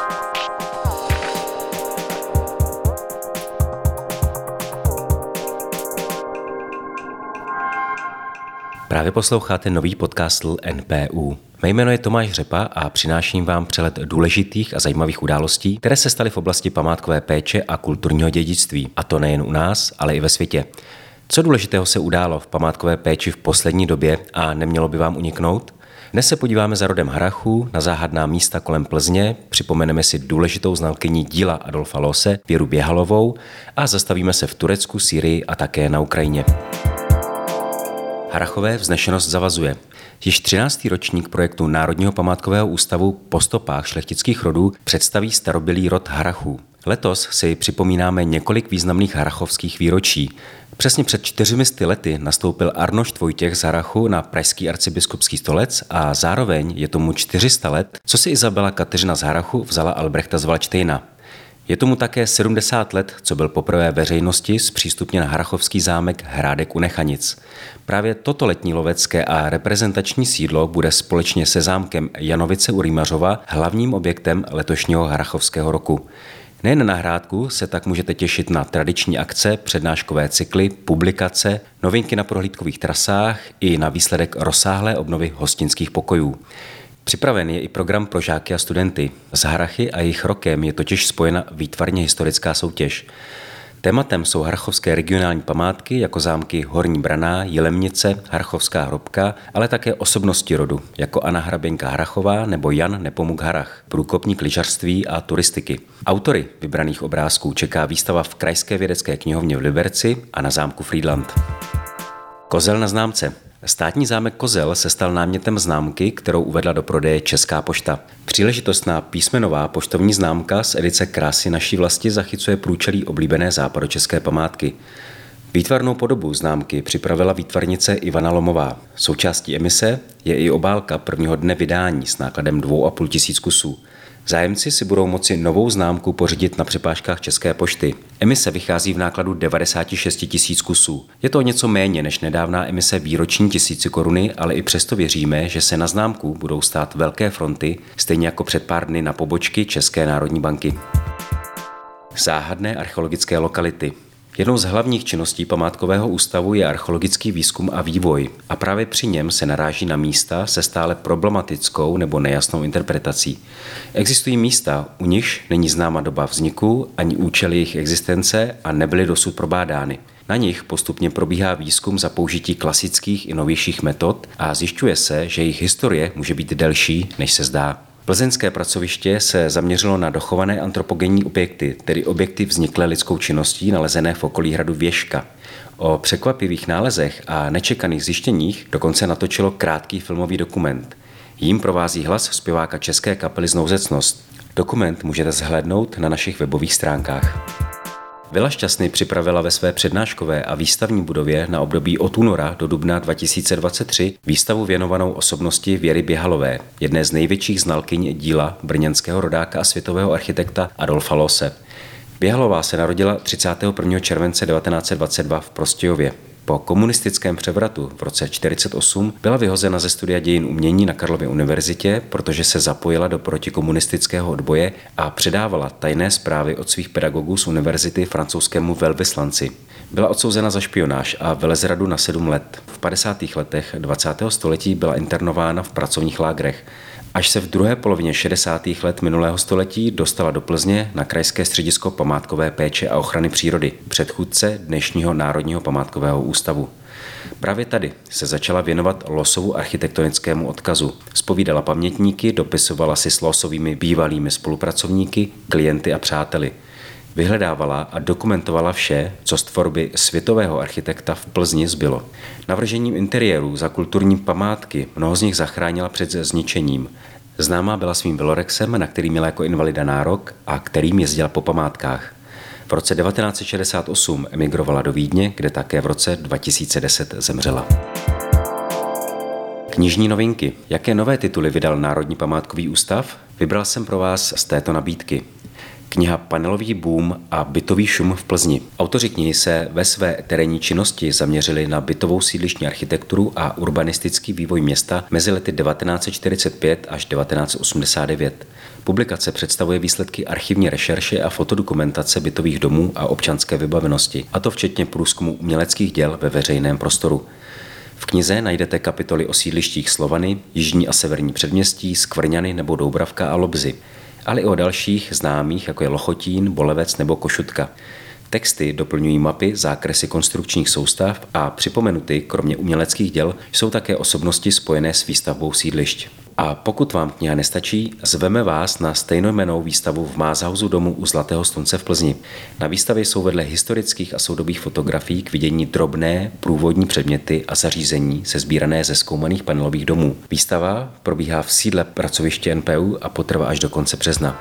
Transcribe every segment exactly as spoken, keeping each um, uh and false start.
Právě posloucháte nový podcast N P U. Mé jméno je Tomáš Řepa a přináším vám přehled důležitých a zajímavých událostí, které se staly v oblasti památkové péče a kulturního dědictví. A to nejen u nás, ale i ve světě. Co důležitého se událo v památkové péči v poslední době a nemělo by vám uniknout? Dnes se podíváme za rodem Harrachů na záhadná místa kolem Plzně, připomeneme si důležitou znalkyni díla Adolfa Loose, Věru Běhalovou a zastavíme se v Turecku, Sýrii a také na Ukrajině. Harrachové vznešenost zavazuje. Již třináctý ročník projektu Národního památkového ústavu Po stopách šlechtických rodů představí starobylý rod Harrachů. Letos si připomínáme několik významných harrachovských výročí. Přesně před čtyřmi sty lety nastoupil Arnošt Vojtěch z Harrachu na pražský arcibiskupský stolec a zároveň je tomu čtyři sta let, co si Izabela Kateřina z Harrachu vzala Albrechta z Valdštejna. Je tomu také sedmdesát let, co byl poprvé veřejnosti zpřístupněn harrachovský zámek Hrádek u Nechanic. Právě toto letní lovecké a reprezentační sídlo bude společně se zámkem Janovice u Rýmařova hlavním objektem letošního harrachovského roku. Nejen na Hrádku se tak můžete těšit na tradiční akce, přednáškové cykly, publikace, novinky na prohlídkových trasách i na výsledek rozsáhlé obnovy hostinských pokojů. Připraven je i program pro žáky a studenty. S Harrachy a jejich rokem je totiž spojena výtvarně historická soutěž. Tématem jsou harrachovské regionální památky jako zámky Horní Branná, Jilemnice, Harrachovská hrobka, ale také osobnosti rodu, jako Anna Hraběnka Harrachová nebo Jan Nepomuk Harrach, průkopník lyžařství a turistiky. Autory vybraných obrázků čeká výstava v Krajské vědecké knihovně v Liberci a na zámku Frýdlant. Kozel na známce. Státní zámek Kozel se stal námětem známky, kterou uvedla do prodeje Česká pošta. Příležitostná písmenová poštovní známka z edice Krásy naší vlasti zachycuje průčelí oblíbené západočeské památky. Výtvarnou podobu známky připravila výtvarnice Ivana Lomová. Součástí emise je i obálka prvního dne vydání s nákladem dvou a půl tisíc kusů. Zájemci si budou moci novou známku pořídit na přepážkách České pošty. Emise vychází v nákladu devadesát šest tisíc kusů. Je to něco méně než nedávná emise výroční tisíci koruny, ale i přesto věříme, že se na známku budou stát velké fronty, stejně jako před pár dny na pobočky České národní banky. Záhadné archeologické lokality. Jednou z hlavních činností památkového ústavu je archeologický výzkum a vývoj a právě při něm se naráží na místa se stále problematickou nebo nejasnou interpretací. Existují místa, u nichž není známa doba vzniku ani účel jejich existence a nebyly dosud probádány. Na nich postupně probíhá výzkum za použití klasických i novějších metod a zjišťuje se, že jejich historie může být delší, než se zdá. Plzeňské pracoviště se zaměřilo na dochované antropogenní objekty, tedy objekty vzniklé lidskou činností nalezené v okolí hradu Věžka. O překvapivých nálezech a nečekaných zjištěních dokonce natočilo krátký filmový dokument. Jím provází hlas zpěváka české kapely Znouzecnost. Dokument můžete zhlédnout na našich webových stránkách. Vila Šťastný připravila ve své přednáškové a výstavní budově na období od února do dubna dva tisíce dvacet tři výstavu věnovanou osobnosti Věry Běhalové, jedné z největších znalkyň díla brněnského rodáka a světového architekta Adolfa Loose. Běhalová se narodila třicátého prvního července devatenáct set dvacet dva v Prostějově. Po komunistickém převratu v roce čtyřicet osm byla vyhozena ze studia dějin umění na Karlově univerzitě, protože se zapojila do protikomunistického odboje a předávala tajné zprávy od svých pedagogů z univerzity francouzskému velvyslanci. Byla odsouzena za špionáž a velezradu na sedm let. V padesátých letech dvacátého století byla internována v pracovních lágrech. Až se v druhé polovině šedesátých let minulého století dostala do Plzně na Krajské středisko památkové péče a ochrany přírody, předchůdce dnešního Národního památkového ústavu. Právě tady se začala věnovat Loosovu architektonickému odkazu. Zpovídala pamětníky, dopisovala si s Loosovými bývalými spolupracovníky, klienty a přáteli. Vyhledávala a dokumentovala vše, co z tvorby světového architekta v Plzni zbylo. Navržením interiérů za kulturní památky mnoho z nich zachránila před zničením. Známá byla svým velorexem, na který měla jako invalida nárok a kterým jezdila po památkách. V roce devatenáct set šedesát osm emigrovala do Vídně, kde také v roce dva tisíce deset zemřela. Knižní novinky. Jaké nové tituly vydal Národní památkový ústav? Vybral jsem pro vás z této nabídky. Kniha Panelový boom a bytový šum v Plzni. Autoři knihy se ve své terénní činnosti zaměřili na bytovou sídlištní architekturu a urbanistický vývoj města mezi lety devatenáct set čtyřicet pět až devatenáct set osmdesát devět. Publikace představuje výsledky archivní rešerše a fotodokumentace bytových domů a občanské vybavenosti, a to včetně průzkumu uměleckých děl ve veřejném prostoru. V knize najdete kapitoly o sídlištích Slovany, Jižní a Severní předměstí, Skvrňany nebo Doubravka a Lobzy, ale i o dalších známých, jako je Lochotín, Bolevec nebo Košutka. Texty doplňují mapy, zákresy konstrukčních soustav a připomenuty, kromě uměleckých děl, jsou také osobnosti spojené s výstavbou sídlišť. A pokud vám kniha nestačí, zveme vás na stejnojmennou výstavu v Mázhausu domu u Zlatého slunce v Plzni. Na výstavě jsou vedle historických a soudobých fotografií k vidění drobné průvodní předměty a zařízení sesbírané ze zkoumaných panelových domů. Výstava probíhá v sídle pracoviště N P U a potrvá až do konce března.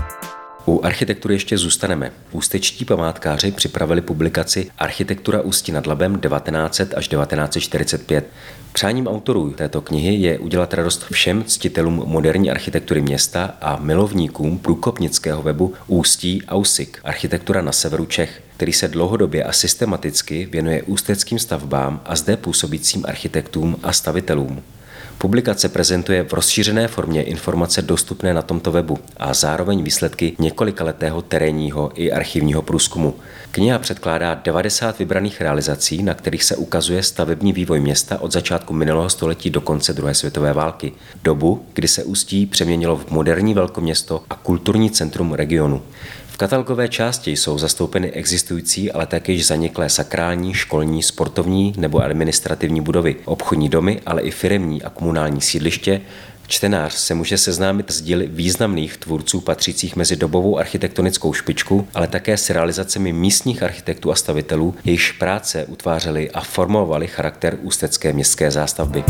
U architektury ještě zůstaneme. Ústečtí památkáři připravili publikaci Architektura Ústí nad Labem devatenáct set až devatenáct set čtyřicet pět. Přáním autorů této knihy je udělat radost všem ctitelům moderní architektury města a milovníkům průkopnického webu Ústí Ausik, architektura na severu Čech, který se dlouhodobě a systematicky věnuje ústeckým stavbám a zde působícím architektům a stavitelům. Publikace prezentuje v rozšířené formě informace dostupné na tomto webu a zároveň výsledky několikaletého terénního i archivního průzkumu. Kniha předkládá devadesát vybraných realizací, na kterých se ukazuje stavební vývoj města od začátku minulého století do konce druhé světové války, dobu, kdy se Ústí přeměnilo v moderní velkoměsto a kulturní centrum regionu. V katalogové části jsou zastoupeny existující, ale také již zaniklé sakrální, školní, sportovní nebo administrativní budovy, obchodní domy, ale i firemní a komunální sídliště. Čtenář se může seznámit s díly významných tvůrců patřících mezi dobovou architektonickou špičku, ale také s realizacemi místních architektů a stavitelů, jejichž práce utvářely a formovaly charakter ústecké městské zástavby.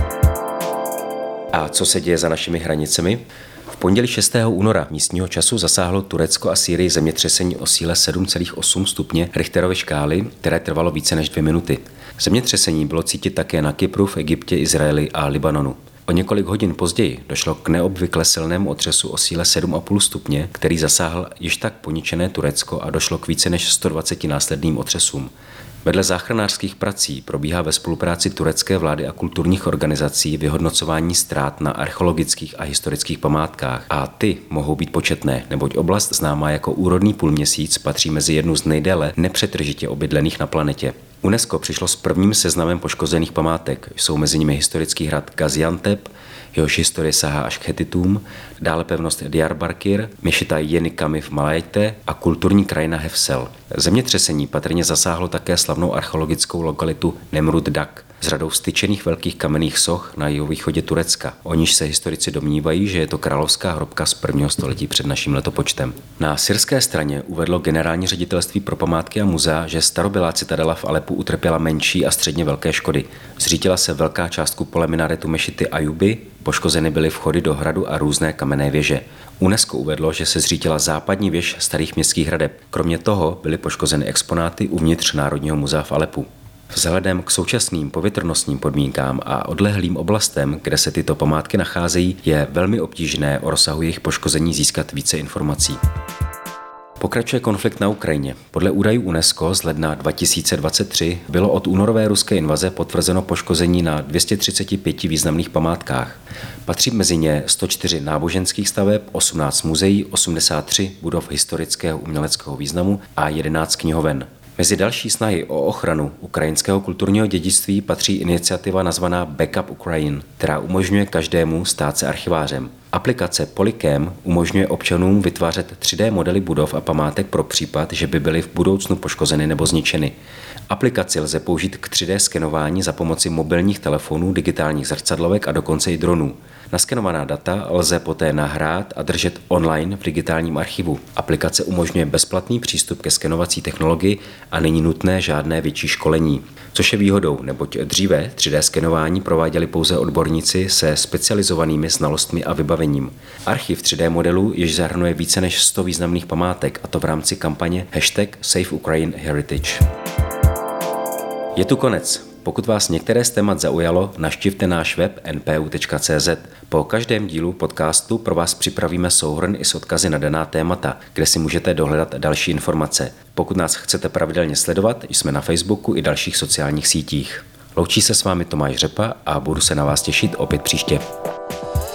A co se děje za našimi hranicemi? V pondělí šestého února místního času zasáhlo Turecko a Sýrii zemětřesení o síle sedm celá osm stupně Richterovy škály, které trvalo více než dvě minuty. Zemětřesení bylo cítit také na Kypru, v Egyptě, Izraeli a Libanonu. O několik hodin později došlo k neobvykle silnému otřesu o síle sedm celá pět stupně, který zasáhl již tak poničené Turecko a došlo k více než sto dvaceti následným otřesům. Vedle záchranářských prací probíhá ve spolupráci turecké vlády a kulturních organizací vyhodnocování ztrát na archeologických a historických památkách. A ty mohou být početné, neboť oblast známá jako úrodný půlměsíc patří mezi jednu z nejdéle nepřetržitě obydlených na planetě. UNESCO přišlo s prvním seznamem poškozených památek. Jsou mezi nimi historický hrad Gaziantep, jehož historie sahá až k Hetitům, dále pevnost Diyarbakir, mešita Jenikami v Malajte a kulturní krajina Hefsel. Zemětřesení patrně zasáhlo také slavnou archeologickou lokalitu Nemrut Dak s řadou styčených velkých kamenných soch na jihovýchodě Turecka. O níž se historici domnívají, že je to královská hrobka z prvního století před naším letopočtem. Na syrské straně uvedlo generální ředitelství pro památky a muzea, že starobylá citadela v Alepu utrpěla menší a středně velké škody. Zřítila se velká část kupole minaretu mešity Ajuby, poškozeny byly vchody do hradu a různé kamenné věže. UNESCO uvedlo, že se zřítila západní věž starých městských hradeb. Kromě toho byly poškozeny exponáty uvnitř Národního muzea v Alepu. Vzhledem k současným povětrnostním podmínkám a odlehlým oblastem, kde se tyto památky nacházejí, je velmi obtížné o rozsahu jejich poškození získat více informací. Pokračuje konflikt na Ukrajině. Podle údajů UNESCO z ledna dva tisíce dvacet tři bylo od únorové ruské invaze potvrzeno poškození na dvě stě třicet pět významných památkách. Patří mezi ně sto čtyři náboženských staveb, osmnáct muzeí, osmdesát tři budov historického uměleckého významu a jedenáct knihoven. Mezi další snahy o ochranu ukrajinského kulturního dědictví patří iniciativa nazvaná Backup Ukraine, která umožňuje každému stát se archivářem. Aplikace Polycam umožňuje občanům vytvářet tři dé modely budov a památek pro případ, že by byly v budoucnu poškozeny nebo zničeny. Aplikaci lze použít k tři dé skenování za pomoci mobilních telefonů, digitálních zrcadlovek a dokonce i dronů. Naskenovaná data lze poté nahrát a držet online v digitálním archivu. Aplikace umožňuje bezplatný přístup ke skenovací technologii a není nutné žádné větší školení. Což je výhodou, neboť dříve tři dé skenování prováděli pouze odborníci se specializovanými znalostmi a vybavením. Archiv tři dé modelů již zahrnuje více než sto významných památek, a to v rámci kampaně hashtag Save Ukraine Heritage. Je tu konec. Pokud vás některé z témat zaujalo, navštivte náš web n p u tečka c z. Po každém dílu podcastu pro vás připravíme souhrn i s odkazy na daná témata, kde si můžete dohledat další informace. Pokud nás chcete pravidelně sledovat, jsme na Facebooku i dalších sociálních sítích. Loučí se s vámi Tomáš Řepa a budu se na vás těšit opět příště.